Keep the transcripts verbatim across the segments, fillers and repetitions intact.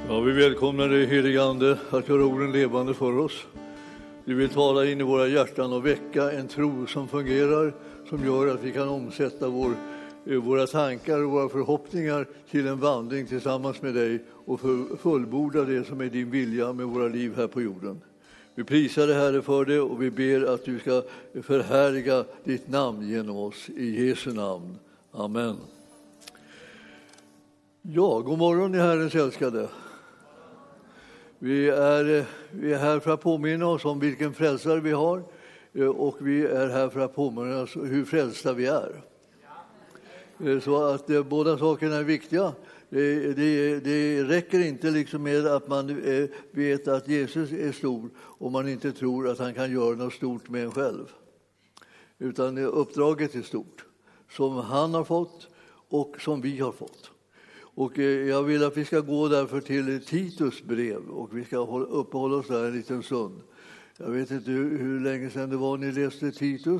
Ja, vi välkomnar dig, helige Ande, att göra orden levande för oss. Du vill tala in i våra hjärtan och väcka en tro som fungerar, som gör att vi kan omsätta vår, våra tankar och våra förhoppningar till en vandring tillsammans med dig och för, fullborda det som är din vilja med våra liv här på jorden. Vi prisar dig, Herre, för det, och vi ber att du ska förhärliga ditt namn genom oss. I Jesu namn. Amen. Ja, god morgon, ni Herrens älskade. Vi är, vi är här för att påminna oss om vilken frälsare vi har, och vi är här för att påminna oss hur frälsta vi är. Så att eh, båda sakerna är viktiga. Det, det, det räcker inte liksom med att man eh, vet att Jesus är stor om man inte tror att han kan göra något stort med en själv. Utan uppdraget är stort, som han har fått och som vi har fått. Och eh, jag vill att vi ska gå därför till Titus brev, och vi ska hålla, uppehålla oss där en liten stund. Jag vet inte hur, hur länge sedan det var ni läste Titus.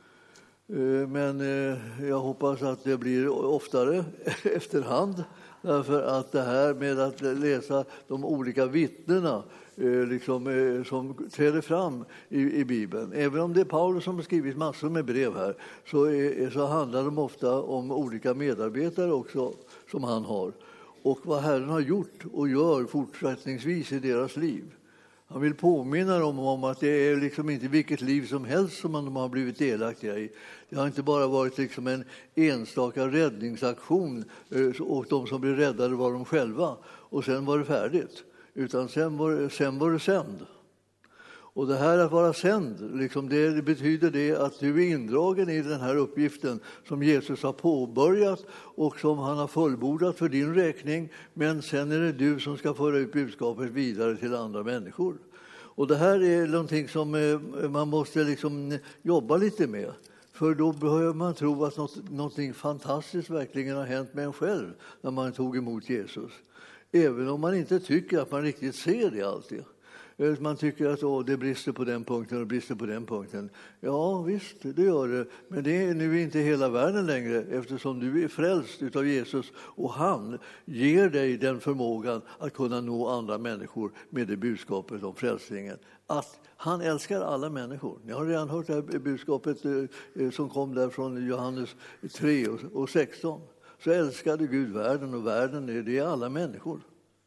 Men jag hoppas att det blir oftare efterhand, därför att det här med att läsa de olika vittnena liksom, som träder fram i, i Bibeln. Även om det är Paulus som har skrivit massor med brev här, så, är, så handlar de ofta om olika medarbetare också som han har. Och vad Herren har gjort och gör fortsättningsvis i deras liv. Han vill påminna dem om att det är liksom inte vilket liv som helst som de har blivit delaktiga i. Det har inte bara varit liksom en enstaka räddningsaktion, och de som blev räddade var de själva. Och sen var det färdigt. Utan sen var, sen var det sänd. Och det här att vara sänd, liksom det betyder det att du är indragen i den här uppgiften som Jesus har påbörjat och som han har fullbordat för din räkning. Men sen är det du som ska föra ut budskapet vidare till andra människor. Och det här är någonting som man måste liksom jobba lite med. För då behöver man tro att något, någonting fantastiskt verkligen har hänt med en själv när man tog emot Jesus. Även om man inte tycker att man riktigt ser det alltid. Man tycker att åh, det brister på den punkten och brister på den punkten. Ja, visst, det gör det. Men det är nu inte hela världen längre, eftersom du är frälst utav Jesus och han ger dig den förmågan att kunna nå andra människor med det budskapet om frälsningen. Att han älskar alla människor. Ni har redan hört det här budskapet som kom där från Johannes tre och sexton. Så älskade Gud världen, och världen är det alla människor.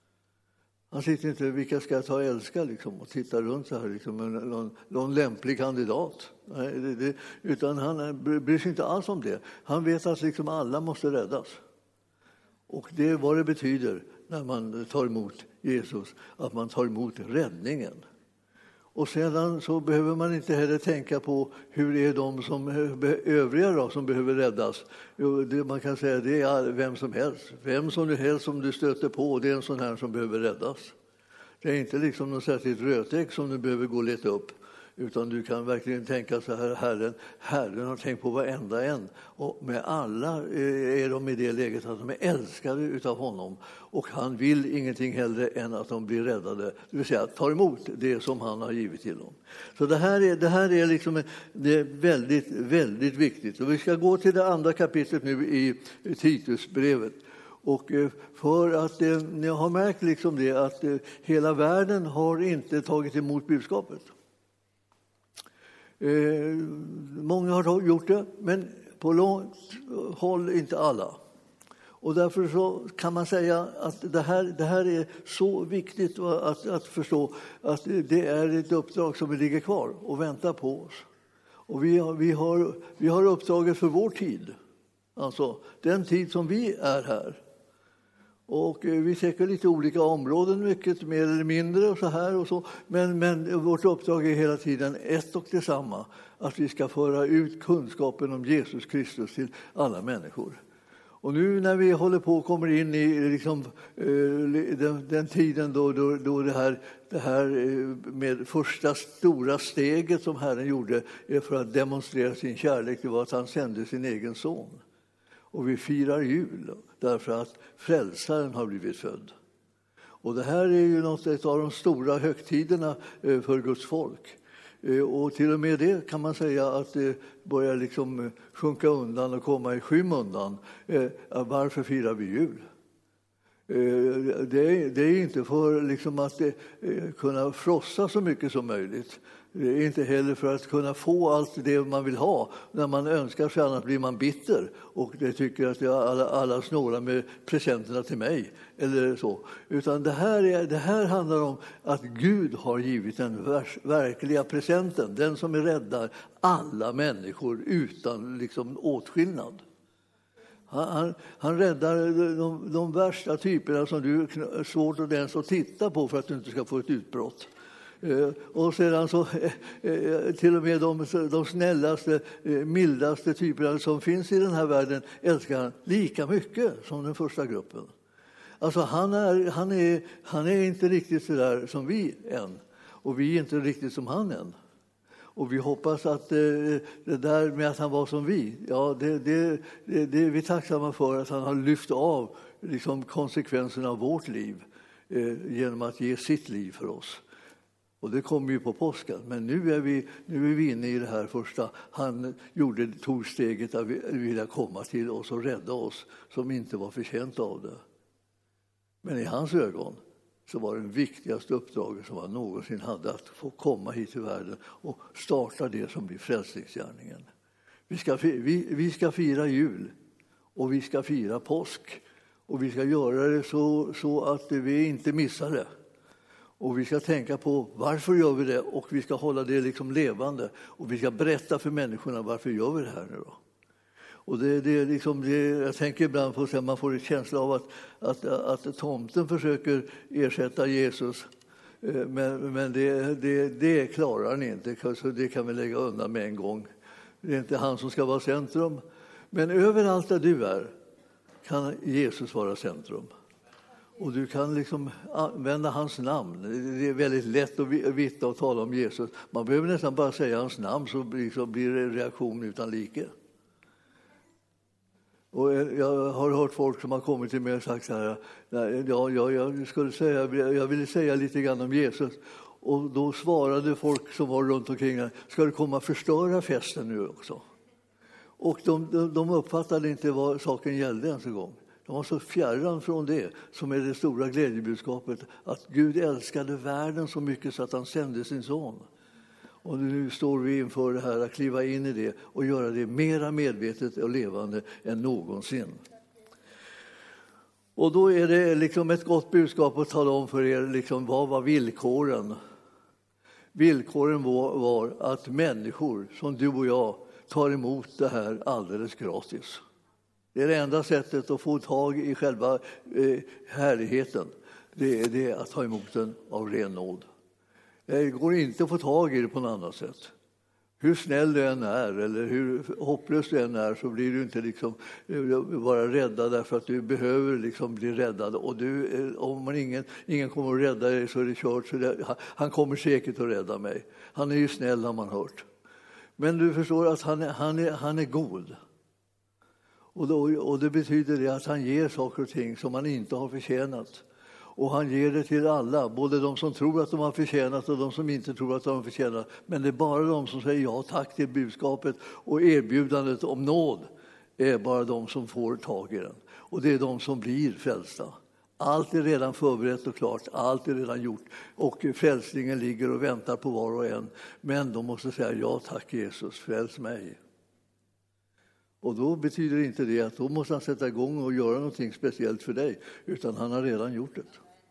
Han sitter inte, vilka ska jag ta och älska liksom, och titta runt så här liksom, någon, någon lämplig kandidat. Nej, det, det, utan han bryr sig inte alls om det. Han vet att liksom alla måste räddas. Och det är vad det betyder när man tar emot Jesus, att man tar emot räddningen. Och sedan så behöver man inte heller tänka på hur det är de som övriga då, som behöver räddas. Det, man kan säga det är vem som helst. Vem som helst som du stöter på, det är en sån här som behöver räddas. Det är inte liksom något särskilt rötägg som du behöver gå och leta upp. Utan du kan verkligen tänka så här, Herren, Herren har tänkt på varenda en. Och med alla är de i det läget att de är älskade utav honom. Och han vill ingenting hellre än att de blir räddade. Det vill säga, tar emot det som han har givit till dem. Så det här är, det här är, liksom, det är väldigt, väldigt viktigt. Och vi ska gå till det andra kapitlet nu i Titusbrevet. Och för att eh, ni har märkt liksom det att eh, hela världen har inte tagit emot budskapet. Eh, många har gjort det, men på långt håll inte alla. Och därför så kan man säga att det här, det här är så viktigt att, att förstå att det är ett uppdrag som ligger kvar och väntar på oss. Och vi har, vi har, vi har uppdraget för vår tid, alltså den tid som vi är här. Och vi täcker lite olika områden, mycket mer eller mindre och så här och så. Men, men vårt uppdrag är hela tiden ett och detsamma. Att vi ska föra ut kunskapen om Jesus Kristus till alla människor. Och nu när vi håller på och kommer in i liksom, den, den tiden då, då, då det, här, det här med första stora steget som Herren gjorde för att demonstrera sin kärlek, det var att han sände sin egen son. Och vi firar jul därför att frälsaren har blivit född. Och det här är ju något ett av de stora högtiderna för Guds folk. Och till och med det kan man säga att det börjar liksom sjunka undan och komma i skymundan. Varför firar vi jul? Det är, det är inte för liksom att det, kunna frossa så mycket som möjligt. Det är inte heller för att kunna få allt det man vill ha. När man önskar sig annat blir man bitter och det tycker att alla, alla snålar med presenterna till mig. Eller så. Utan det här, är, det här handlar om att Gud har givit den vers, verkliga presenten. Den som är räddar alla människor utan liksom åtskillnad. Han, han, han räddar de, de värsta typerna som du är svårt att ens att titta på för att du inte ska få ett utbrott. Eh, och sedan så eh, eh, till och med de, de snällaste, eh, mildaste typerna som finns i den här världen älskar han lika mycket som den första gruppen. Alltså han är, han är, han är inte riktigt så där som vi än. Och vi är inte riktigt som han än. Och vi hoppas att eh, det där med att han var som vi, ja, det, det, det, det är vi tacksamma för att han har lyft av liksom, konsekvenserna av vårt liv eh, genom att ge sitt liv för oss. Och det kommer ju på påsken. Men nu är vi, nu är vi inne i det här första. Han gjorde, tog steget att vilja komma till oss och rädda oss som inte var förtjänta av det. Men i hans ögon så var det viktigaste uppdraget som han någonsin hade att få komma hit till världen och starta det som blir frälsningsgärningen. Vi ska, vi, vi ska fira jul och vi ska fira påsk och vi ska göra det så, så att vi inte missar det. Och vi ska tänka på varför gör vi det och vi ska hålla det liksom levande och vi ska berätta för människorna varför gör vi det här nu då. Och det, det är liksom det, jag tänker ibland på att man får en känsla av att, att, att tomten försöker ersätta Jesus. Men, men det, det, det klarar han inte, så det kan vi lägga undan med en gång. Det är inte han som ska vara centrum. Men överallt där du är kan Jesus vara centrum. Och du kan liksom använda hans namn. Det är väldigt lätt att vittna och tala om Jesus. Man behöver nästan bara säga hans namn så blir det reaktion utan like. Och jag har hört folk som har kommit till mig och sagt så här, ja, ja, jag skulle säga, jag ville säga lite grann om Jesus. Och då svarade folk som var runt omkring, ska du komma och förstöra festen nu också? Och de, de, de uppfattade inte vad saken gällde ens en gång. De var så fjärran från det som är det stora glädjebudskapet, att Gud älskade världen så mycket så att han sände sin son. Och nu står vi inför det här att kliva in i det och göra det mera medvetet och levande än någonsin. Och då är det liksom ett gott budskap att tala om för er liksom, vad var villkoren. Villkoren var, var att människor som du och jag tar emot det här alldeles gratis. Det är det enda sättet att få tag i själva eh, härligheten. Det är det att ta emot den av ren nåd. Det går inte att få tag i det på något annat sätt. Hur snäll du än är eller hur hopplös du än är så blir du inte liksom bara räddad därför att du behöver liksom bli räddad. Och du, om man ingen, ingen kommer att rädda dig så är det kört. Så det, han kommer säkert att rädda mig. Han är ju snäll har man hört. Men du förstår att han är, han är, han är god. Och, då, och det betyder det att han ger saker och ting som man inte har förtjänat. Och han ger det till alla, både de som tror att de har förtjänat och de som inte tror att de har förtjänat. Men det är bara de som säger ja tack till budskapet och erbjudandet om nåd är bara de som får tag i den. Och det är de som blir frälsta. Allt är redan förberett och klart, allt är redan gjort. Och frälsningen ligger och väntar på var och en. Men de måste säga ja tack Jesus, fräls mig. Och då betyder inte det att då måste han sätta igång och göra någonting speciellt för dig. Utan han har redan gjort det.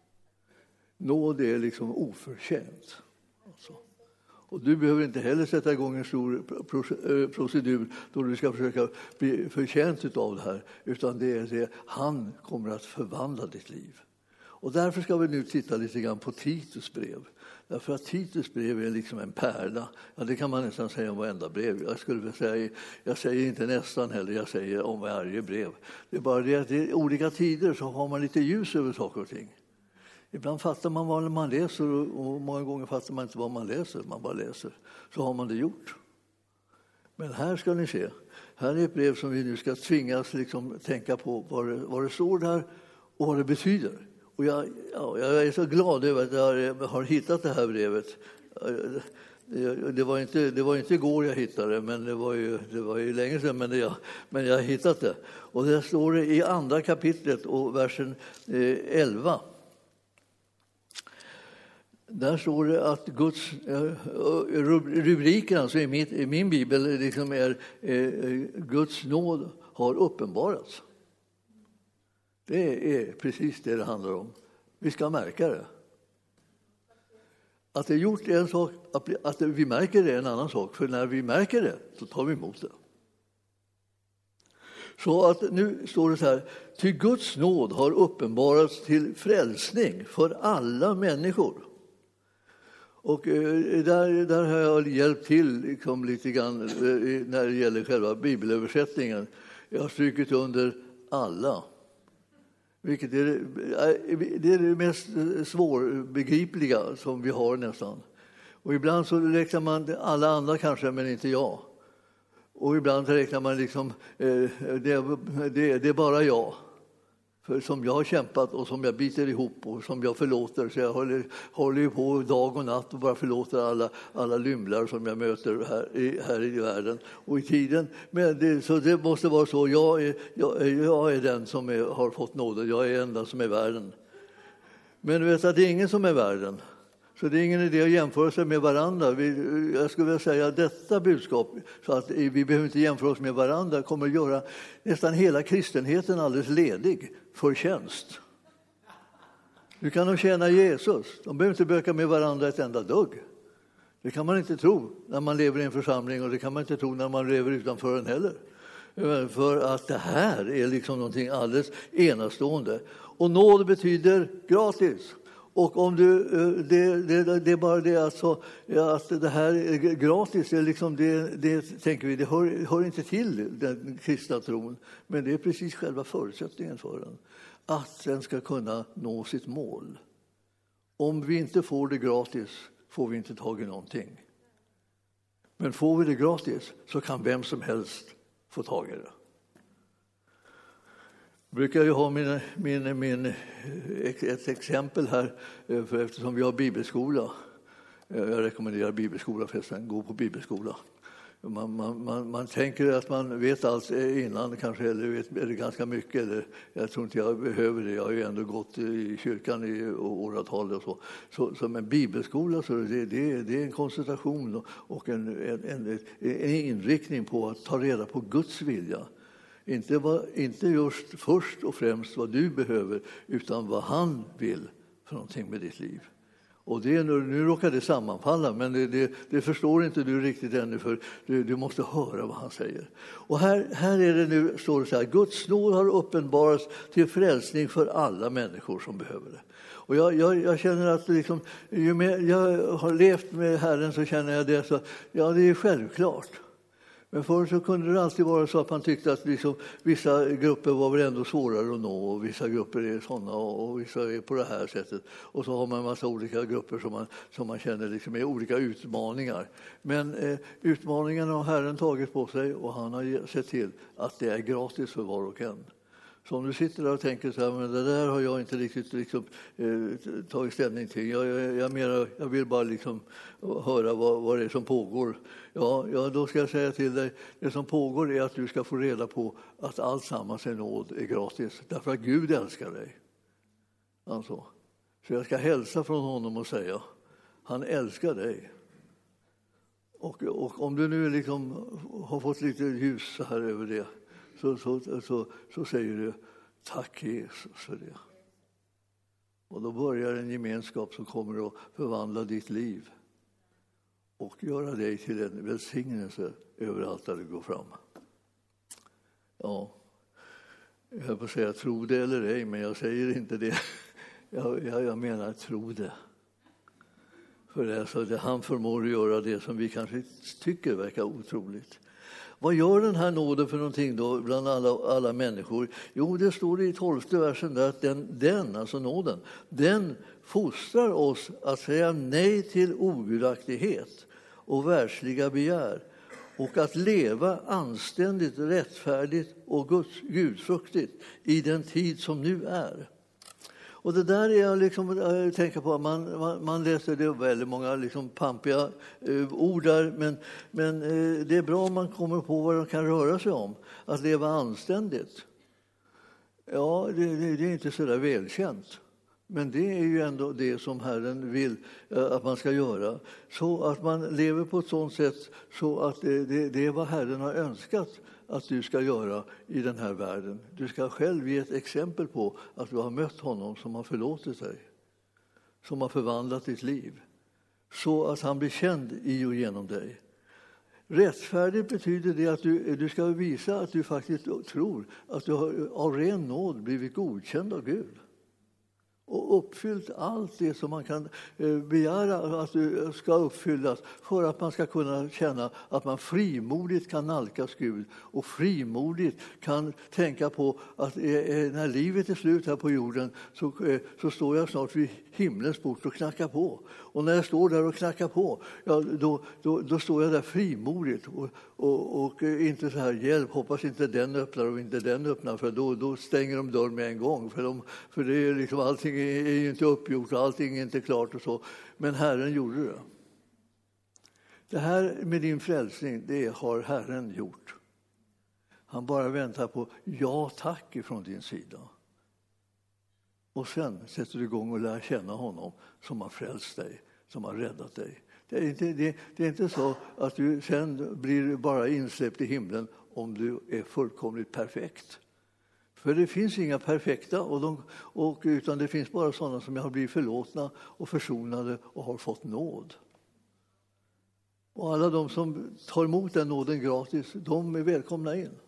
Nåd är liksom oförtjänt. Alltså. Och du behöver inte heller sätta igång en stor procedur då du ska försöka bli förtjänt av det här. Utan det är det, han kommer att förvandla ditt liv. Och därför ska vi nu titta lite grann på Titus brev. Därför att Titus brev är liksom en pärla. Ja, det kan man nästan säga om varenda brev. Jag skulle väl säga, jag säger inte nästan heller, jag säger om varje brev. Det är bara det att i olika tider så har man lite ljus över saker och ting. Ibland fattar man vad man läser och många gånger fattar man inte vad man läser. Man bara läser. Så har man det gjort. Men här ska ni se. Här är ett brev som vi nu ska tvingas liksom tänka på vad det, vad det står där och vad det betyder. Och jag, ja, jag är så glad över att jag har hittat det här brevet. Det var inte, det var inte igår jag hittade det, men det var ju, det var ju länge sedan, men jag, men jag har hittat det. Och det står det i andra kapitlet och versen elva. Där står det att Guds, rubriken alltså i, mitt, i min bibel liksom är Guds nåd har uppenbarats. Det är precis det det handlar om. Vi ska märka det. Att det är gjort är en sak, att vi märker det är en annan sak. För när vi märker det så tar vi emot det. Så att nu står det så här: ty Guds nåd har uppenbarats till frälsning för alla människor. Och där, där har jag hjälpt till liksom lite grann när det gäller själva bibelöversättningen. Jag har strykit under alla. Vilket är det, det är det mest svårbegripliga som vi har nästan. Och ibland så räknar man alla andra kanske, men inte jag. Och ibland räknar man liksom, det, det, det är bara jag. För som jag har kämpat och som jag biter ihop och som jag förlåter. Så jag håller, håller på dag och natt och bara förlåter alla, alla lymlar som jag möter här i, här i världen och i tiden. Men det, så det måste vara så. Jag är, jag, jag är den som är, har fått nåden. Jag är enda som är världen. Men du vet att det är ingen som är världen. Så det är ingen idé att jämföra sig med varandra. Vi, jag skulle vilja säga att detta budskap, så att vi behöver inte jämföra oss med varandra, kommer att göra nästan hela kristenheten alldeles ledig för tjänst. Du kan nog tjäna Jesus. De behöver inte böka med varandra ett enda dugg. Det kan man inte tro när man lever i en församling, och det kan man inte tro när man lever utanför den heller. För att det här är liksom någonting alldeles enastående. Och nåd betyder gratis. Och om du, det, det, det är bara det alltså, att det här är gratis, det, är liksom det, det tänker vi, det hör, hör inte till den kristna tron, men det är precis själva förutsättningen för den. Att den ska kunna nå sitt mål. Om vi inte får det gratis får vi inte tag i någonting. Men får vi det gratis så kan vem som helst få tag i det. Jag brukar ju ha min, min, min, ett exempel här, för eftersom vi har bibelskola. Jag rekommenderar bibelskola förresten, gå på bibelskola. Man, man, man, man tänker att man vet allt innan kanske, eller vet eller ganska mycket. Eller, jag tror inte jag behöver det, jag har ju ändå gått i kyrkan i åratal och så. Så, så men bibelskola, så det, det, det är en koncentration och en, en, en, en inriktning på att ta reda på Guds vilja. Inte, vad, inte just först och främst vad du behöver, utan vad han vill för någonting med ditt liv. Och det är, nu råkar det sammanfalla, men det, det, det förstår inte du riktigt ännu, för du, du måste höra vad han säger. Och här, här är det nu, står det så här: Guds nåd har uppenbarats till frälsning för alla människor som behöver det. Och jag, jag, jag känner att liksom, ju mer jag har levt med Herren så känner jag det, så ja, det är självklart. Men förr så kunde det alltid vara så att man tyckte att liksom, vissa grupper var väl ändå svårare att nå, och vissa grupper är sådana och vissa är på det här sättet. Och så har man en massa olika grupper som man, som man känner liksom är olika utmaningar. Men eh, utmaningarna har Herren tagit på sig, och han har sett till att det är gratis för var och en. Så om du sitter där och tänker så här, men det där har jag inte riktigt liksom, eh, tagit ställning till. Jag, jag, jag, menar, jag vill bara liksom höra vad, vad det är som pågår. Ja, ja, då ska jag säga till dig, det som pågår är att du ska få reda på att allt sammans är nåd är gratis. Därför att Gud älskar dig. Alltså. Så jag ska hälsa från honom och säga, han älskar dig. Och, och om du nu liksom har fått lite ljus här över det, Så, så, så, så säger du tack Jesus för det. Och då börjar en gemenskap som kommer att förvandla ditt liv och göra dig till en välsignelse överallt där du går fram. Ja, jag höll på att säga tro det eller ej, men jag säger inte det. Jag, jag, jag menar tro det. För det är så att han förmår att göra det som vi kanske tycker verkar otroligt. Vad gör den här nåden för någonting då bland alla, alla människor? Jo, det står i tolfte versen där att den, den, alltså nåden, den fostrar oss att säga nej till ogudaktighet och världsliga begär, och att leva anständigt, rättfärdigt och Guds, gudfruktigt i den tid som nu är. Och det där är jag liksom, jag tänker på, man, man, man läser det väldigt många liksom pampiga eh, ord där, men, men eh, det är bra om man kommer på vad det kan röra sig om. Att leva anständigt. Ja, det, det, det är inte så där välkänt. Men det är ju ändå det som Herren vill att man ska göra. Så att man lever på ett sådant sätt så att det, det, det är vad Herren har önskat att du ska göra i den här världen. Du ska själv ge ett exempel på att du har mött honom som har förlåtit dig. Som har förvandlat ditt liv. Så att han blir känd i och genom dig. Rättfärdigt betyder det att du, du ska visa att du faktiskt tror att du har av ren nåd blivit godkänd av Gud. Och uppfyllt allt det som man kan begära att du ska uppfyllas för att man ska kunna känna att man frimodigt kan nalkas Gud och frimodigt kan tänka på att när livet är slut här på jorden så, så står jag snart vid himlens port och knackar på. Och när jag står där och knackar på, ja, då, då, då står jag där frimodigt och, och, och inte så här, hjälp, hoppas inte den öppnar och inte den öppnar, för då, då stänger de dörren med en gång. För, de, för det är liksom, allting är ju inte uppgjort och allting är inte klart och så. Men Herren gjorde det. Det här med din frälsning, det har Herren gjort. Han bara väntar på ja tack ifrån din sida. Och sen sätter du igång och lär känna honom som har frälst dig, som har räddat dig. Det är inte, det, det är inte så att du sen blir bara insläppt i himlen om du är fullkomligt perfekt. För det finns inga perfekta, och de, och, utan det finns bara sådana som har blivit förlåtna och försonade och har fått nåd. Och alla de som tar emot den nåden gratis, de är välkomna in.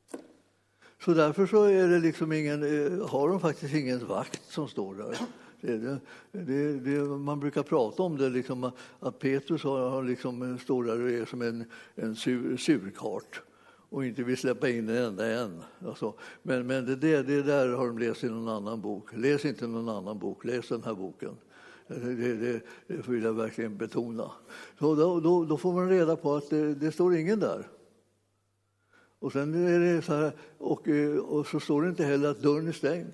Så därför så är det liksom ingen, har de faktiskt ingen vakt som står där. Det, det, det, det, man brukar prata om det, liksom, att Petrus har, liksom, står där och är som en, en sur, surkart och inte vill släppa in en enda en. Alltså, men men det, det, det där har de läst i någon annan bok. Läs inte någon annan bok, läs den här boken. Det, det, det vill jag verkligen betona. Så då, då, då får man reda på att det, det står ingen där. Och sen är det så här, och, och så står det inte heller att dörren är stängd.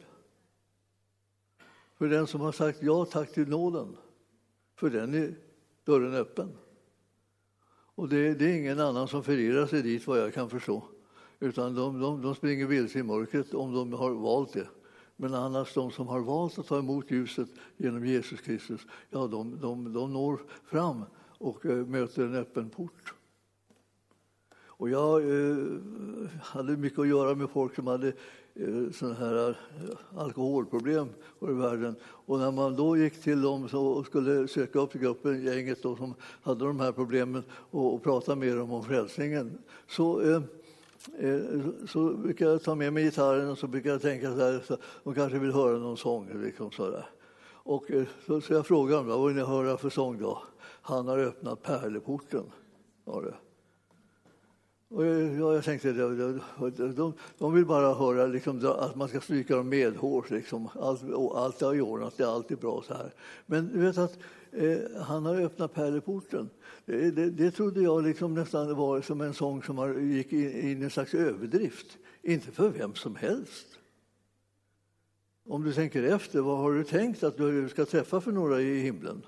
För den som har sagt ja tack till nåden, för den är dörren öppen. Och det, det är ingen annan som förirrar sig dit, vad jag kan förstå. Utan de, de, de springer vilse i mörkret om de har valt det. Men annars de som har valt att ta emot ljuset genom Jesus Kristus, ja, de, de, de når fram och äh, möter en öppen port. Och jag eh, hade mycket att göra med folk som hade eh, såna här eh, alkoholproblem i världen. Och när man då gick till dem så, och skulle söka upp gruppen, gänget då, som hade de här problemen och, och prata med dem om frälsningen, så, eh, eh, så brukar jag ta med mig gitarren och så brukar jag tänka så här, så de kanske vill höra någon sång. Liksom så där. Och eh, så, så jag frågar dem, vad vill ni höra för sång då? Han har öppnat pärleporten. Ja, det. Och jag, jag tänkte de, de, de vill bara höra liksom, att man ska stryka dem medhårs. Liksom. Allt, allt är ordnat, det är alltid bra så här. Men du vet att eh, han har öppnat pärleporten. Det, det, det trodde jag liksom nästan var som en sång som har, gick in, in i en slags överdrift. Inte för vem som helst. Om du tänker efter, vad har du tänkt att du ska träffa för några i himlen?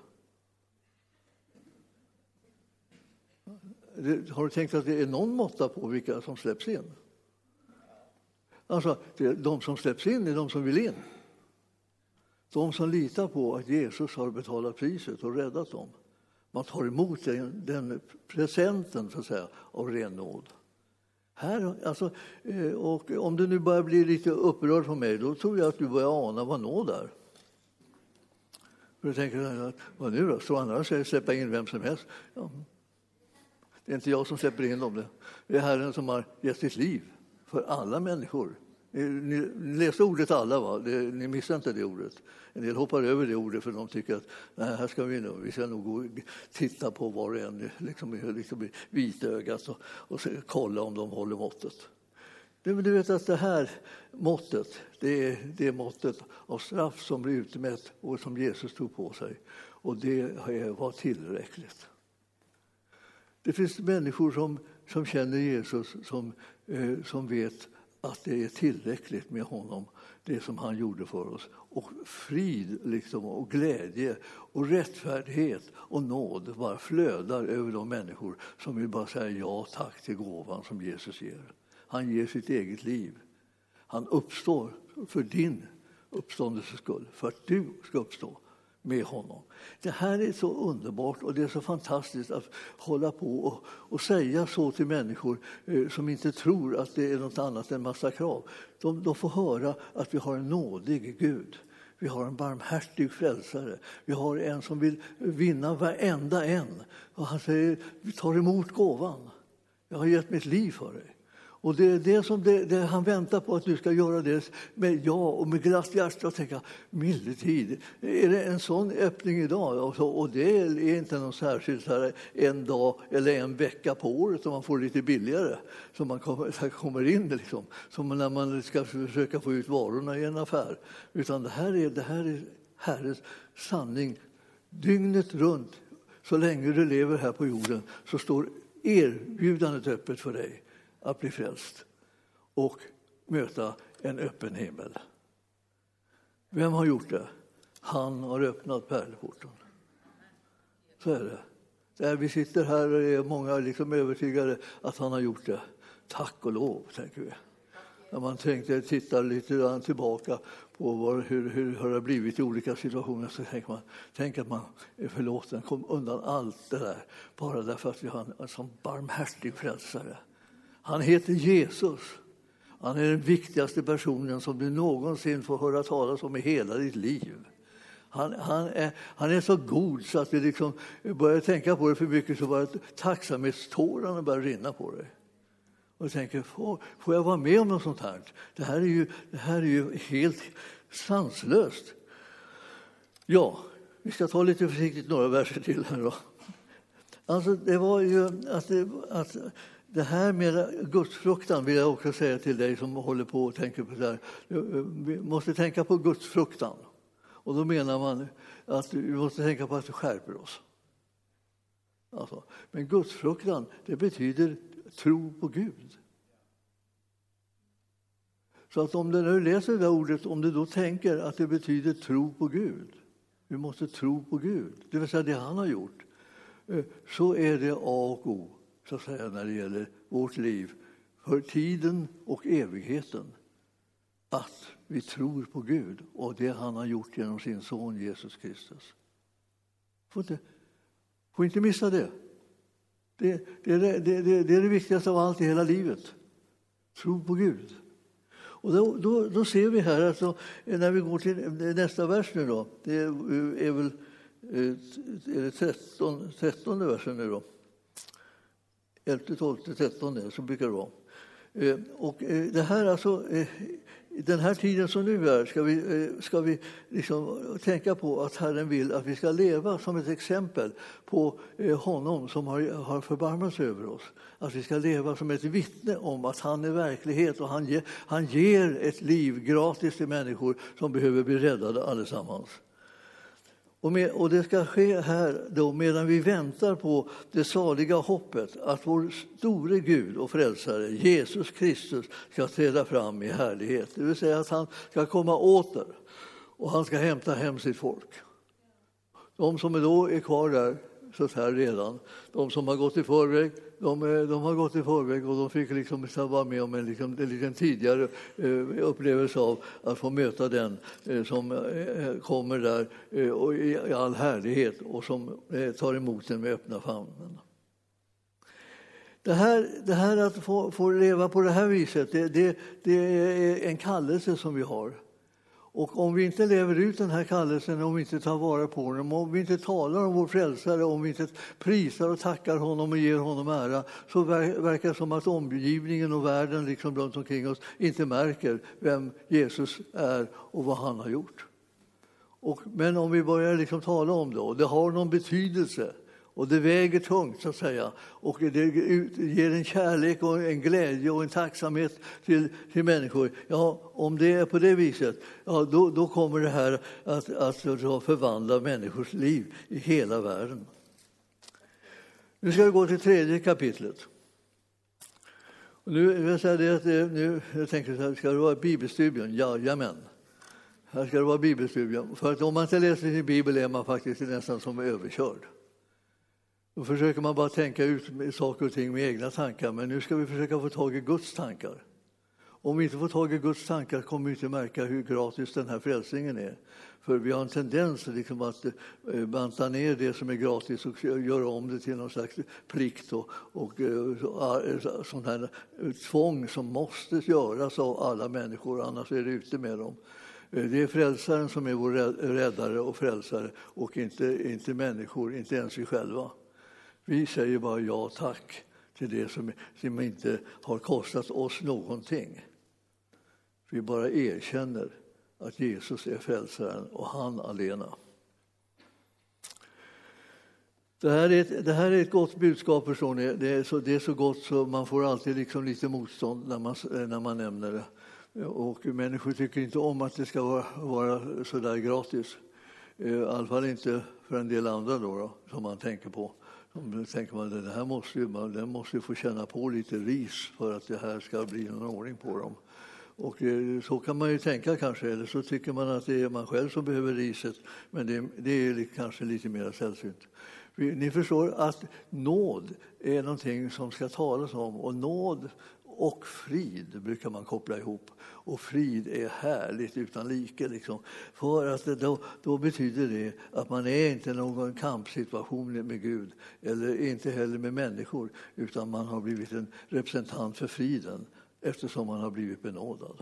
Har du tänkt att det är någon måtta på vilka som släpps in? Alltså, det är de som släpps in är de som vill in. De som litar på att Jesus har betalat priset och räddat dem. Man tar emot den, den presenten, så att säga, av ren nåd. Här, alltså, och om du nu börjar bli lite upprörd på mig, då tror jag att du börjar ana vad nåd är. För du tänker, vad nu då? Så andra säger släppa in vem som helst. Ja. Det är inte jag som släpper in dem. Det är Herren som har gett sitt liv för alla människor. Ni läste ordet alla, va? Det, ni missar inte det ordet. En del hoppar över det ordet för de tycker att nej, här ska vi nog, vi ska nog gå och titta på var och en liksom, liksom vitögat och, och så, kolla om de håller måttet. Du, du vet att det här måttet, det är det måttet av straff som blir utmätt och som Jesus tog på sig. Och det var tillräckligt. Det finns människor som, som känner Jesus som, eh, som vet att det är tillräckligt med honom, det som han gjorde för oss. Och frid liksom, och glädje och rättfärdighet och nåd bara flödar över de människor som vill bara säga ja tack till gåvan som Jesus ger. Han ger sitt eget liv. Han uppstår för din uppståndelses skull, för att du ska uppstå med honom. Det här är så underbart och det är så fantastiskt att hålla på och, och säga så till människor eh, som inte tror att det är något annat än massa krav. De, de får höra att vi har en nådig Gud. Vi har en barmhärtig frälsare. Vi har en som vill vinna varenda en. Och han säger, vi tar emot gåvan. Jag har gett mitt liv för dig. Och det är det som det, det han väntar på, att du ska göra det med ja och med glatt hjärta och tänka, milde tid. Är det en sån öppning idag? Och, så, och det är inte någon särskilt här en dag eller en vecka på året som man får lite billigare. Så man kommer, kommer in liksom. Som när man ska försöka få ut varorna i en affär. Utan det här är, det här är Herrens sanning. Dygnet runt, så länge du lever här på jorden, så står erbjudandet öppet för dig att bli frälst och möta en öppen himmel. Vem har gjort det? Han har öppnat pärleporten. Så är det. Där vi sitter här och är många liksom övertygade att han har gjort det. Tack och lov, tänker vi. När man tänkte titta lite grann tillbaka på vad, hur, hur har det blivit i olika situationer, så tänker man tänk att man är förlåten, kom undan allt det där bara därför att vi har en sån barmhärtig frälsare. Han heter Jesus. Han är den viktigaste personen som du någonsin får höra talas om i hela ditt liv. Han, han, är, han är så god så att du liksom börjar tänka på det för mycket, så bara tacksamhetstårarna börjar rinna på dig. Och tänker, får, får jag vara med om något sånt här? Det här är ju, det här är ju helt sanslöst. Ja, vi ska ta lite försiktigt några verser till här då. Alltså det var ju att... Det, att Det här med gudsfruktan vill jag också säga till dig som håller på och tänker på det här. Vi måste tänka på gudsfruktan. Och då menar man att vi måste tänka på att vi skärper oss. Alltså, men gudsfruktan, det betyder tro på Gud. Så att om du nu läser det där ordet, om du då tänker att det betyder tro på Gud. Vi måste tro på Gud, det vill säga det han har gjort. Så är det A och O, så att säga, när det gäller vårt liv, för tiden och evigheten, att vi tror på Gud och det han har gjort genom sin son Jesus Kristus. Får inte, får inte missa det. Det, det, det, det. det är det viktigaste av allt i hela livet. Tro på Gud. Och då, då, då ser vi här, alltså, när vi går till nästa vers nu då, det är väl är det tretton, trettonde versen nu då. elfte, tolfte, trettonde, så brukar det vara. Och det här, alltså, den här tiden som nu är, ska vi, ska vi liksom tänka på att Herren vill att vi ska leva som ett exempel på honom som har, har förbarmat sig över oss. Att vi ska leva som ett vittne om att han är verklighet och han, ge, han ger ett liv gratis till människor som behöver bli räddade allesammans. Och, med, och det ska ske här då medan vi väntar på det saliga hoppet att vår store Gud och frälsare Jesus Kristus ska träda fram i härlighet. Det vill säga att han ska komma åter och han ska hämta hem sitt folk. De som då är kvar där så här redan, de som har gått i förväg, de, de har gått i förväg och de fick liksom vara med om en, liksom, en liten tidigare eh, upplevelse av att få möta den eh, som eh, kommer där eh, och i, i all härlighet och som eh, tar emot den med öppna famnen. Det här, det här att få, få leva på det här viset, det, det, det är en kallelse som vi har. Och om vi inte lever ut den här kallelsen, om vi inte tar vara på den, om vi inte talar om vår frälsare, om vi inte prisar och tackar honom och ger honom ära, så verkar det som att omgivningen och världen liksom runt omkring oss inte märker vem Jesus är och vad han har gjort. Och, men om vi börjar liksom tala om det, och det har någon betydelse, och det väger tungt så att säga, och det ger en kärlek och en glädje och en tacksamhet till, till människor. Ja, om det är på det viset, ja, då, då kommer det här att, att förvandla människors liv i hela världen. Nu ska vi gå till tredje kapitlet. Och nu vill jag säga det att nu, jag tänker så här, ska det vara bibelstudium? Jajamän. Här ska det vara bibelstudium. För att om man inte läser sin bibel är man faktiskt nästan som överkörd. Då försöker man bara tänka ut saker och ting med egna tankar. Men nu ska vi försöka få tag i Guds tankar. Om vi inte får tag i Guds tankar kommer vi inte märka hur gratis den här frälsningen är. För vi har en tendens liksom att banta ner det som är gratis och göra om det till någon slags plikt och, och, och sån här tvång som måste göras av alla människor, annars är det ute med dem. Det är frälsaren som är vår räddare och frälsare och inte, inte människor, inte ens vi själva. Vi säger bara ja tack till det som, som inte har kostat oss någonting. Vi bara erkänner att Jesus är frälsaren och han alena. Det här är ett, det här är ett gott budskap, förstår ni. Det är så, det är så gott så man får alltid liksom lite motstånd när man, när man nämner det. Och människor tycker inte om att det ska vara, vara så där gratis. I alla fall inte för en del andra då, då som man tänker på. Då tänker man att det här måste ju, man, den måste ju få känna på lite ris för att det här ska bli någon ordning på dem. Och så kan man ju tänka kanske, eller så tycker man att det är man själv som behöver riset, men det, det är kanske lite mer sällsynt. Ni förstår att nåd är någonting som ska talas om, och nåd och frid brukar man koppla ihop. Och frid är härligt utan like. Liksom. För att det, då, då betyder det att man är inte någon kampsituation med Gud. Eller inte heller med människor. Utan man har blivit en representant för friden. Eftersom man har blivit benådad.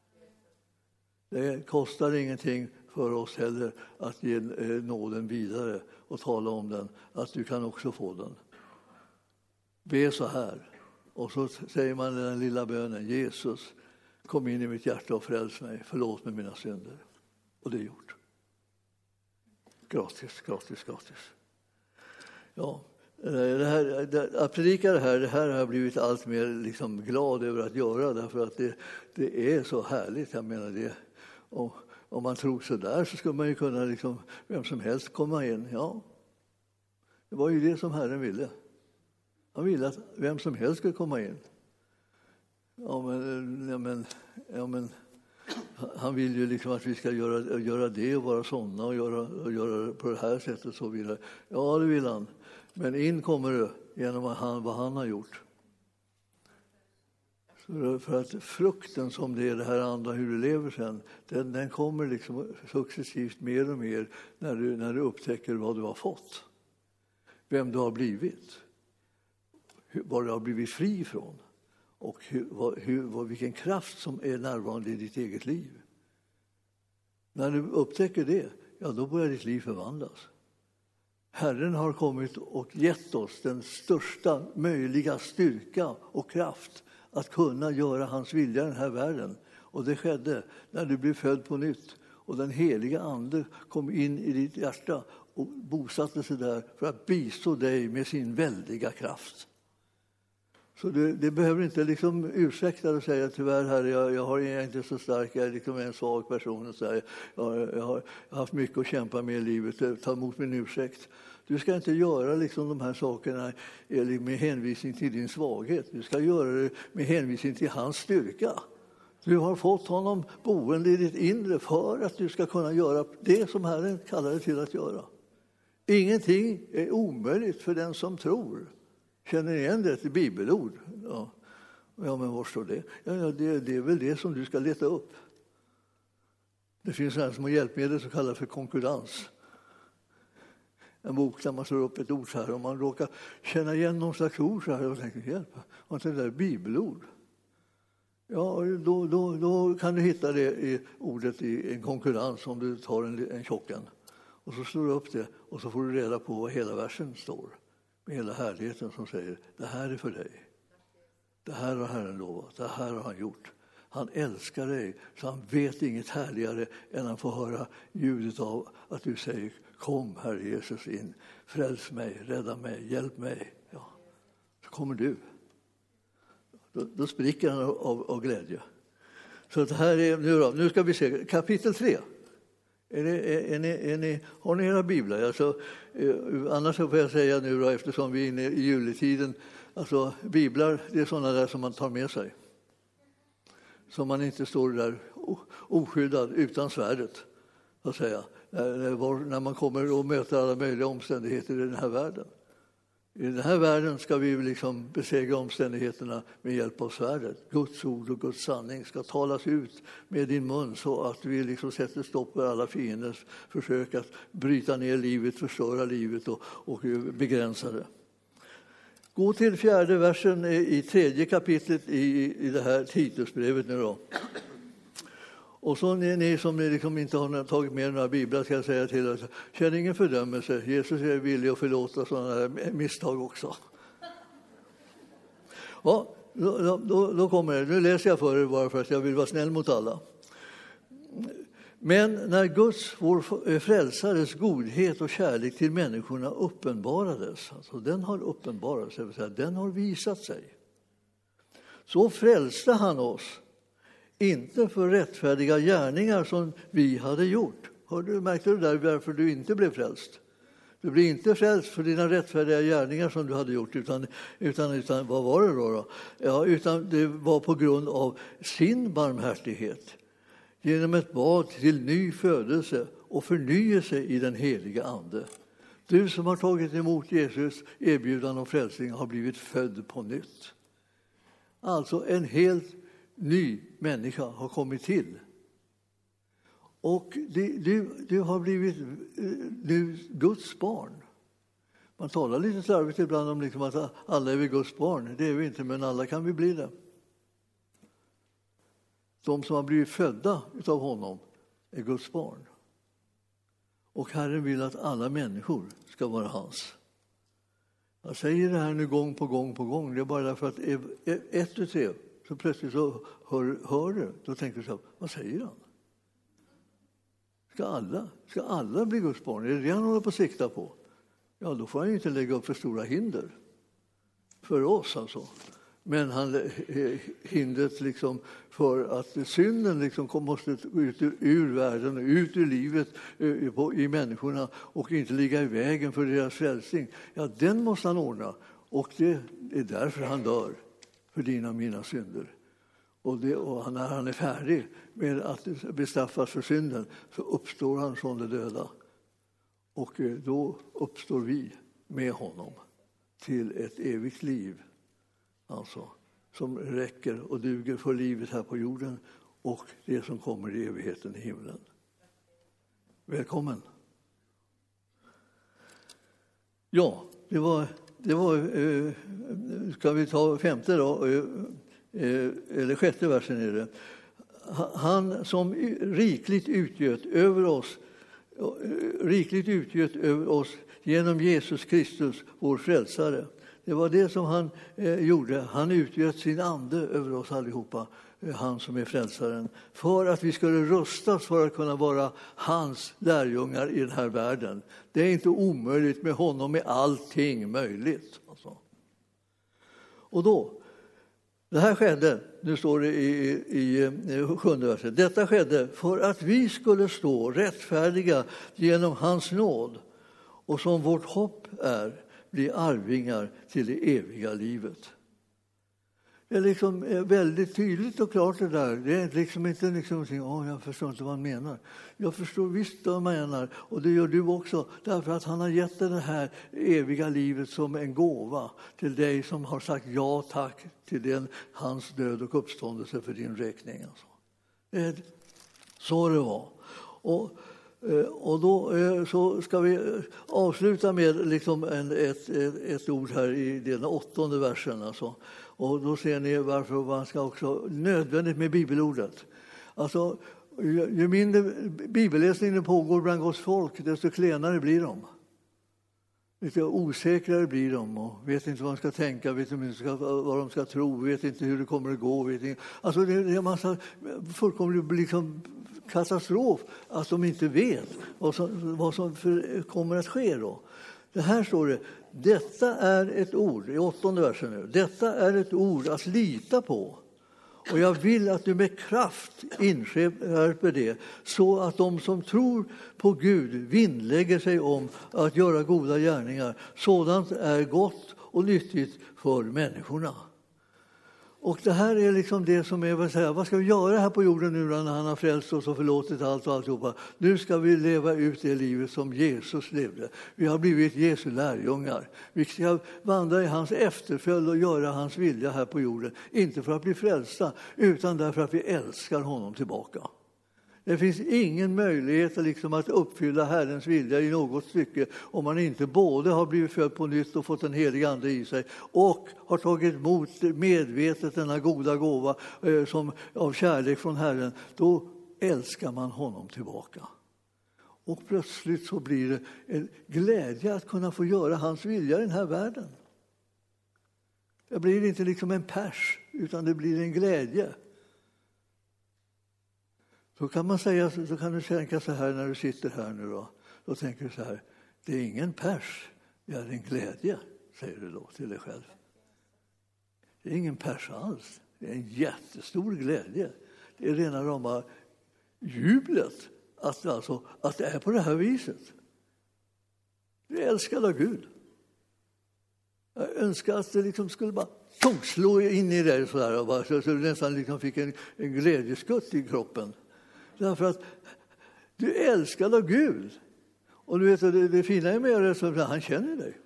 Det kostar ingenting för oss heller att ge nåden vidare. Och tala om den. Att du kan också få den. Be så här. Och så säger man den lilla bönen: Jesus, kom in i mitt hjärta och fräls mig. Förlåt mig mina synder. Och det är gjort. Gratis, gratis, gratis. Ja, det här, det, att predika det här, det här har jag blivit allt mer liksom glad över att göra. Därför att det, det är så härligt. Jag menar det. Och om man tror så där så skulle man ju kunna liksom, vem som helst komma in. Ja, det var ju det som Herren ville. Han ville att vem som helst skulle komma in. Ja, men, ja, men, ja, men, han vill ju liksom att vi ska göra, göra det och vara sådana och göra, och göra på det här sättet och så vidare. Ja, det vill han. Men in kommer det genom han, vad han har gjort. Så för att frukten som det är det här andra, hur du lever sen, den, den kommer liksom successivt mer och mer när du, när du upptäcker vad du har fått. Vem du har blivit. Vad du har blivit fri från och hur, vad, hur, vad, vilken kraft som är närvarande i ditt eget liv. När du upptäcker det, ja, då börjar ditt liv förvandlas. Herren har kommit och gett oss den största möjliga styrka och kraft att kunna göra hans vilja i den här världen. Och det skedde när du blev född på nytt och den heliga ande kom in i ditt hjärta och bosatte sig där för att bistå dig med sin väldiga kraft. Så det, det behöver inte liksom ursäkta och säga tyvärr herre, jag, jag, har, jag är inte så stark, jag är liksom en svag person. Och så här, jag, jag, har, jag har haft mycket att kämpa med i livet, ta emot min ursäkt. Du ska inte göra liksom de här sakerna med hänvisning till din svaghet. Du ska göra det med hänvisning till hans styrka. Du har fått honom boende i ditt inre för att du ska kunna göra det som Herren kallar dig till att göra. Ingenting är omöjligt för den som tror. Känner ni igen det till bibelord? Ja, ja men var står det? Ja, ja, det? Det är väl det som du ska leta upp. Det finns sådana små hjälpmedel som kallas för konkurrens. En bok där man slår upp ett ord så här. Om man råkar känna igen någon slags ord så här och tänker, hjälp, har inte det där bibelord? Ja, då, då, då kan du hitta det i ordet i en konkurrens om du tar en, en tjocken. Och så slår du upp det och så får du reda på vad hela versen står. Med hela härligheten som säger, det här är för dig. Det här har Herren lovat, det här har han gjort. Han älskar dig så han vet inget härligare än att få höra ljudet av att du säger, kom Herre Jesus in, fräls mig, rädda mig, hjälp mig. Ja, så kommer du. Då, då spricker han av, av glädje. Så det här är, nu, då, nu ska vi se, kapitel tre. Är ni, är, är ni, är ni, har ni era biblar? Alltså, eh, annars får jag säga nu då, eftersom vi är inne i juletiden, Alltså, biblar, det är sådana där som man tar med sig. Som man inte står där oskyddad utan svärdet, så att säga. När man kommer och möter alla möjliga omständigheter i den här världen. I den här världen ska vi liksom besegra omständigheterna med hjälp av svärdet. Guds ord och Guds sanning ska talas ut med din mun så att vi liksom sätter stopp för alla fienders försök att bryta ner livet, förstöra livet och, och begränsa det. Gå till fjärde versen i tredje kapitlet i, i det här Titusbrevet nu då. Och så ni, ni som liksom inte har tagit med några biblar ska jag säga till er, känn ingen fördömelse. Jesus är villig att förlåta sådana här misstag också. Ja, då, då, då kommer det. Nu läser jag för er bara för att jag vill vara snäll mot alla. Men när Guds, vår frälsares godhet och kärlek till människorna uppenbarades, alltså den har uppenbarats, det vill säga den har visat sig, så frälste han oss, inte för rättfärdiga gärningar som vi hade gjort. Har du märkt det där varför du inte blev frälst? Du blev inte frälst för dina rättfärdiga gärningar som du hade gjort, utan, utan, utan vad var det då? då? Ja, utan det var på grund av sin barmhärtighet. Genom ett bad till ny födelse och förnyelse i den heliga ande. Du som har tagit emot Jesus erbjudan om frälsning har blivit född på nytt. Alltså en helt ny människa har kommit till. Och du, du, du har blivit nu Guds barn. Man talar lite slarvigt ibland om liksom att alla är vi Guds barn. Det är vi inte, men alla kan vi bli det. De som har blivit födda av honom är Guds barn. Och Herren vill att alla människor ska vara hans. Jag säger det här nu gång på gång på gång. Det är bara därför att ett och tre så plötsligt så hör, hör du. Då tänker du så här, vad säger han? Ska alla, ska alla bli Guds barn? Är det det han håller på att sikta på? Ja, då får han ju inte lägga upp för stora hinder. För oss alltså. Men han, hindret liksom för att synden liksom måste ut ur, ur världen, ut ur livet i, i människorna och inte ligga i vägen för deras frälsning. Ja, den måste han ordna. Och det är därför han dör. För dina och mina synder. Och, det, och när han är färdig med att bestraffas för synden så uppstår han från de döda. Och då uppstår vi med honom till ett evigt liv. Alltså, som räcker och duger för livet här på jorden och det som kommer i evigheten i himlen. Välkommen. Ja, det var... Det var, eh, ska vi ta femte då, eh, eller sjätte versen är det. Han som rikligt utgöt över oss, rikligt utgöt över oss genom Jesus Kristus, vår frälsare. Det var det som han eh, gjorde. Han utgöt sin ande över oss allihopa, han som är frälsaren, för att vi skulle rustas för att kunna vara hans lärjungar i den här världen. Det är inte omöjligt med honom, med allting möjligt. Alltså. Och då, det här skedde, nu står det i, i, i sjunde versen, detta skedde för att vi skulle stå rättfärdiga genom hans nåd och som vårt hopp är bli arvingar till det eviga livet. Det är liksom väldigt tydligt och klart det där. Det är liksom inte liksom att oh, jag förstår inte vad han menar. Jag förstår visst vad han menar, och det gör du också. Därför att han har gett det här eviga livet som en gåva till dig som har sagt ja tack till den, hans död och uppståndelse för din räkning. Alltså. Det är så det var. Och, och då så ska vi avsluta med liksom en, ett, ett, ett ord här i den åttonde versen. Alltså. Och då ser ni varför man ska också nödvändigt med bibelordet. Alltså, ju, ju mindre bibelläsning pågår bland Guds folk, desto klenare blir de. Lite osäkrare blir de och vet inte vad de ska tänka, vet inte vad de ska tro, vet inte hur det kommer att gå. Vet inte. Alltså det är en massa fullkomligt liksom katastrof att de inte vet vad som, vad som för, kommer att ske då. Det här står det, detta är ett ord, i åttonde versen nu, detta är ett ord att lita på. Och jag vill att du med kraft inskärper det, så att de som tror på Gud vinnlägger sig om att göra goda gärningar. Sådant är gott och nyttigt för människorna. Och det här är liksom det som är, vad, säga, vad ska vi göra här på jorden nu när han har frälst oss och förlåtit allt och alltihopa? Nu ska vi leva ut det livet som Jesus levde. Vi har blivit Jesu lärjungar. Vi ska vandra i hans efterföljd och göra hans vilja här på jorden. Inte för att bli frälsta, utan därför att vi älskar honom tillbaka. Det finns ingen möjlighet liksom att uppfylla Herrens vilja i något stycke om man inte både har blivit född på nytt och fått en helig ande i sig och har tagit emot medvetet denna goda gåva eh, som, av kärlek från Herren. Då älskar man honom tillbaka. Och plötsligt så blir det en glädje att kunna få göra hans vilja i den här världen. Det blir inte liksom en pers, utan det blir en glädje. Så kan man säga, så kan du tänka så här när du sitter här nu då. Då tänker du så här, det är ingen pers, det är en glädje, säger du då till dig själv. Det är ingen pers alls, det är en jättestor glädje. Det är rena rama jublet att, alltså, att det är på det här viset. Du är älskad av Gud. Jag önskar att det liksom skulle bara slå in i dig så här, och bara, så, så du nästan liksom fick en, en glädjeskutt i kroppen. Därför att du är älskad av Gud. Och du vet, det, det fina är med det som han känner dig.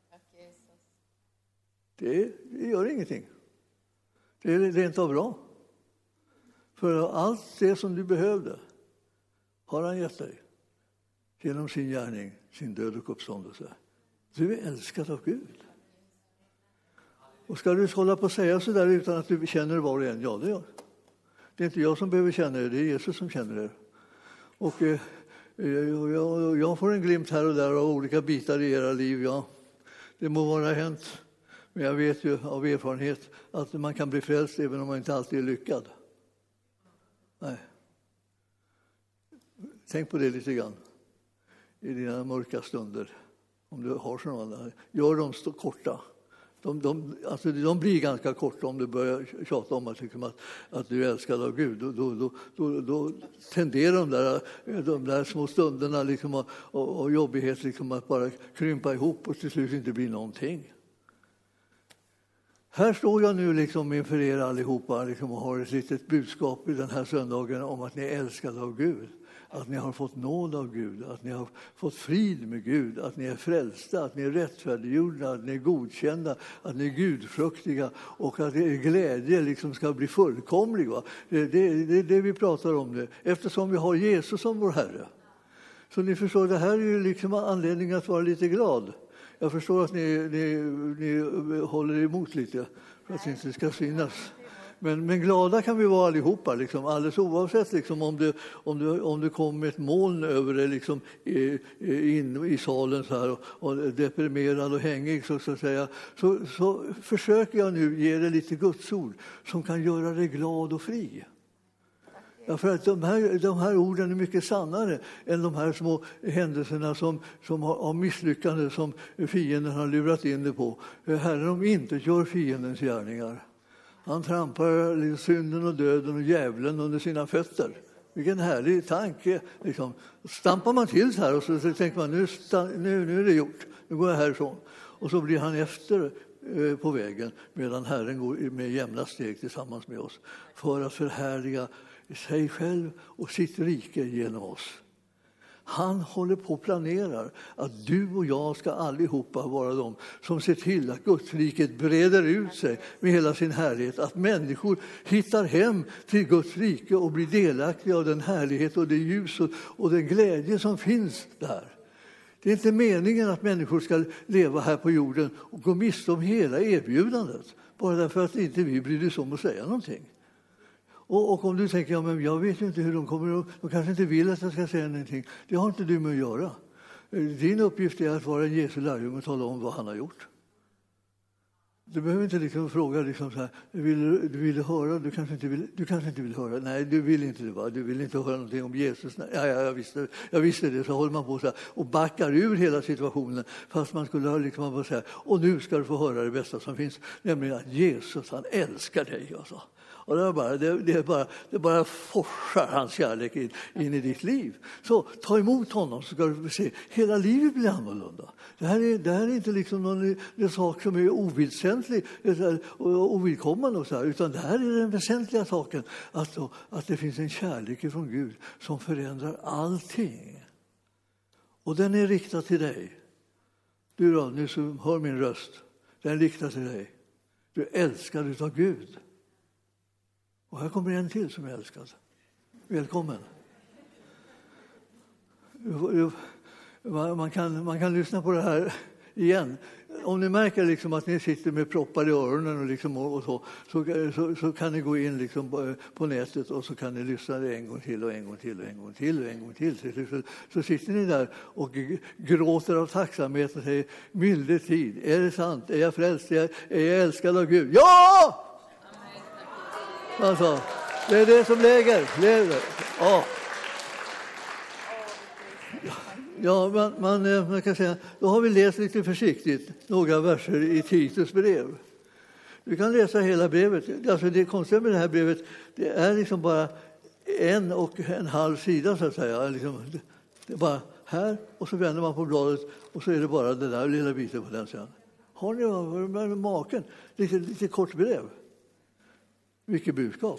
Det, det gör ingenting. Det är rent av bra. För allt det som du behövde har han gett dig. Genom sin gärning, sin död och uppståndelse. Du är älskad av Gud. Och ska du hålla på att säga så där utan att du känner var och en? Ja, det gör. Det är inte jag som behöver känna det, det är Jesus som känner det. Och eh, jag, jag får en glimt här och där av olika bitar i era liv, ja. Det må vara hänt. Men jag vet ju av erfarenhet att man kan bli frälst även om man inte alltid är lyckad. Nej. Tänk på det lite grann i dina mörka stunder. Om du har sådana, gör dem stå korta. De, de, alltså de blir ganska korta om du börjar tjata om att, att, att du är älskad av Gud. Då, då, då, då, då tenderar de där, de där små stunderna liksom och, och, och jobbighet liksom att bara krympa ihop och till slut inte bli någonting. Här står jag nu liksom inför er allihopa liksom och har ett litet budskap i den här söndagen om att ni är älskade av Gud. Att ni har fått nåd av Gud, att ni har fått frid med Gud, att ni är frälsta, att ni är rättfärdiggjorda, att ni är godkända, att ni är gudfruktiga och att er glädje liksom ska bli fullkomlig. Va? Det är det, det, det vi pratar om nu, eftersom vi har Jesus som vår Herre. Så ni förstår, det här är ju liksom anledning att vara lite glad. Jag förstår att ni, ni, ni håller emot lite för att det inte ska synas. Men, men glada kan vi vara allihopa, liksom, alldeles oavsett liksom, om, du, om, du, om du kommer med ett moln över dig liksom, in i salen så här, och, och deprimerad och hängig så, så, att säga, så, så försöker jag nu ge dig lite Guds ord som kan göra dig glad och fri. Ja, för att de här, de här orden är mycket sannare än de här små händelserna som, som har, har misslyckande som fienden har lurat in det på. Herren om inte gör fiendens gärningar. Han trampar synden och döden och djävulen under sina fötter. Vilken härlig tanke. Liksom. Stampar man till så här och så, så tänker man nu, nu, nu är det gjort. Nu går jag härifrån. Och så blir han efter eh, på vägen medan Herren går med jämna steg tillsammans med oss. För att förhärliga sig själv och sitt rike genom oss. Han håller på och planerar att du och jag ska allihopa vara de som ser till att Guds riket breder ut sig med hela sin härlighet. Att människor hittar hem till Guds rike och blir delaktiga av den härlighet och det ljus och den glädje som finns där. Det är inte meningen att människor ska leva här på jorden och gå miste om hela erbjudandet. Bara därför att inte vi bryr oss om att säga någonting. Och, och om du tänker, ja, men jag vet ju inte hur de kommer att, de kanske inte vill att jag ska säga någonting. Det har inte du med att göra. Din uppgift är att vara en Jesu lärjunge och tala om vad han har gjort. Du behöver inte liksom fråga liksom så här, vill, du vill höra, du kanske inte vill, du kanske inte vill höra. Nej, du vill inte det, va? Du vill inte höra någonting om Jesus. Nej, ja, ja, jag visste, jag visste det. Så håller man på så här och backar ur hela situationen. Fast man skulle ha liksom bara säga, och nu ska du få höra det bästa som finns. Nämligen att Jesus, han älskar dig. Alltså. Och det, är bara, det, det, är bara, det bara forsar hans kärlek in, in i ditt liv. Så ta emot honom så ska du se. Hela livet blir annorlunda. Det här är, det här är inte liksom någon en sak som är ovidsäntlig och ovidkommande. Och så här, utan det här är den väsentliga saken. Att, att det finns en kärlek från Gud som förändrar allting. Och den är riktad till dig. Du då, nu så hör min röst. Den är riktad till dig. Du är älskad utav Gud. Och här kommer en till som är älskad. Välkommen. Man kan, man kan lyssna på det här igen. Om ni märker liksom att ni sitter med proppar i öronen och, liksom och så, så, så, så kan ni gå in liksom på, på nätet och så kan ni lyssna en gång till och en gång till och en gång till och en gång till. Så, så, så sitter ni där och gråter av tacksamhet och säger, milde tid, är det sant? Är jag frälst? Är jag, är jag älskad av Gud? Ja! Alltså, det är det som läger. Lever. Ja. Ja, man, man, man kan säga, då har vi läst lite försiktigt några verser i Titus brev. Vi kan läsa hela brevet. Alltså det konstiga med det här brevet, det är liksom bara en och en halv sida så att säga. Liksom, det är bara här och så vänder man på bladet och så är det bara den där lilla biten på den sidan. Har ni med maken? Lite, lite kort brev. Mycket budskap.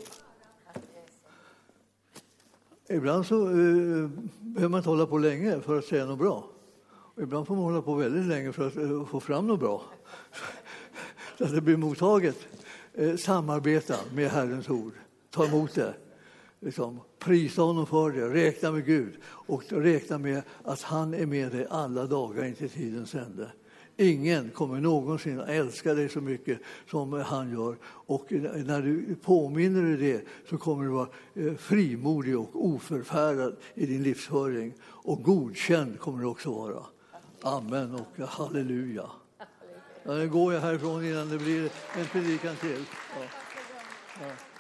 Ibland så uh, behöver man inte hålla på länge för att säga något bra. Och ibland får man hålla på väldigt länge för att uh, få fram något bra. Så att det blir mottaget. Uh, samarbeta med Herrens ord. Ta emot det. Liksom, prisa honom för det. Räkna med Gud. Och räkna med att han är med dig alla dagar in till tidens ände. Ingen kommer någonsin att älska dig så mycket som han gör. Och när du påminner dig det så kommer du vara frimodig och oförfärad i din livsföring. Och godkänd kommer du också vara. Amen och halleluja. Ja, nu går jag härifrån innan det blir en predikan till. Ja. Ja.